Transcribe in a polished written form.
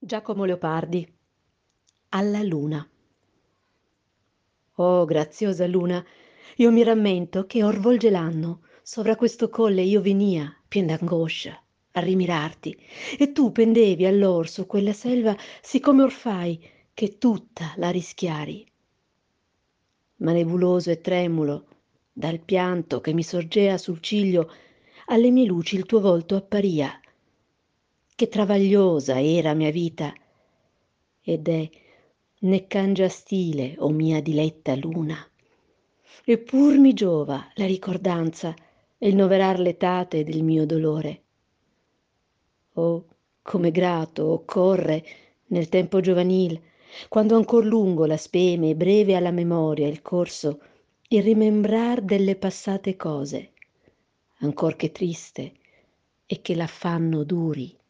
Giacomo Leopardi. Alla luna. Oh, graziosa luna, io mi rammento che or volge l'anno, sovra questo colle io venia, pien d'angoscia, a rimirarti, e tu pendevi allor su quella selva, siccome or fai, che tutta la rischiari. Ma nebuloso e tremulo, dal pianto che mi sorgea sul ciglio, alle mie luci il tuo volto apparia, che travagliosa era mia vita, ed è né cangia stile, o mia diletta luna, eppur mi giova la ricordanza e il noverar l'etate del mio dolore. Oh, come grato occorre nel tempo giovanil, quando ancor lungo la speme e breve alla memoria il corso, il rimembrar delle passate cose, ancor che triste, e che l'affanno duri